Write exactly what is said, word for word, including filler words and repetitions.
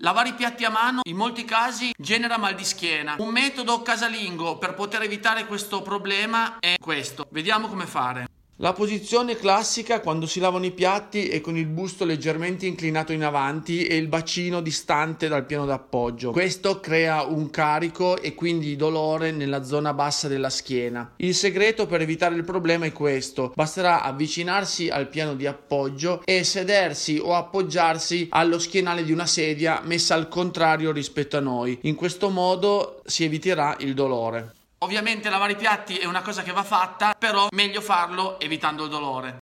Lavare i piatti a mano in molti casi genera mal di schiena. Un metodo casalingo per poter evitare questo problema è questo. Vediamo come fare. La posizione classica quando si lavano i piatti è con il busto leggermente inclinato in avanti e il bacino distante dal piano d'appoggio. Questo crea un carico e quindi dolore nella zona bassa della schiena. Il segreto per evitare il problema è questo: basterà avvicinarsi al piano di appoggio e sedersi o appoggiarsi allo schienale di una sedia messa al contrario rispetto a noi. In questo modo si eviterà il dolore. Ovviamente lavare i piatti è una cosa che va fatta, però meglio farlo evitando il dolore.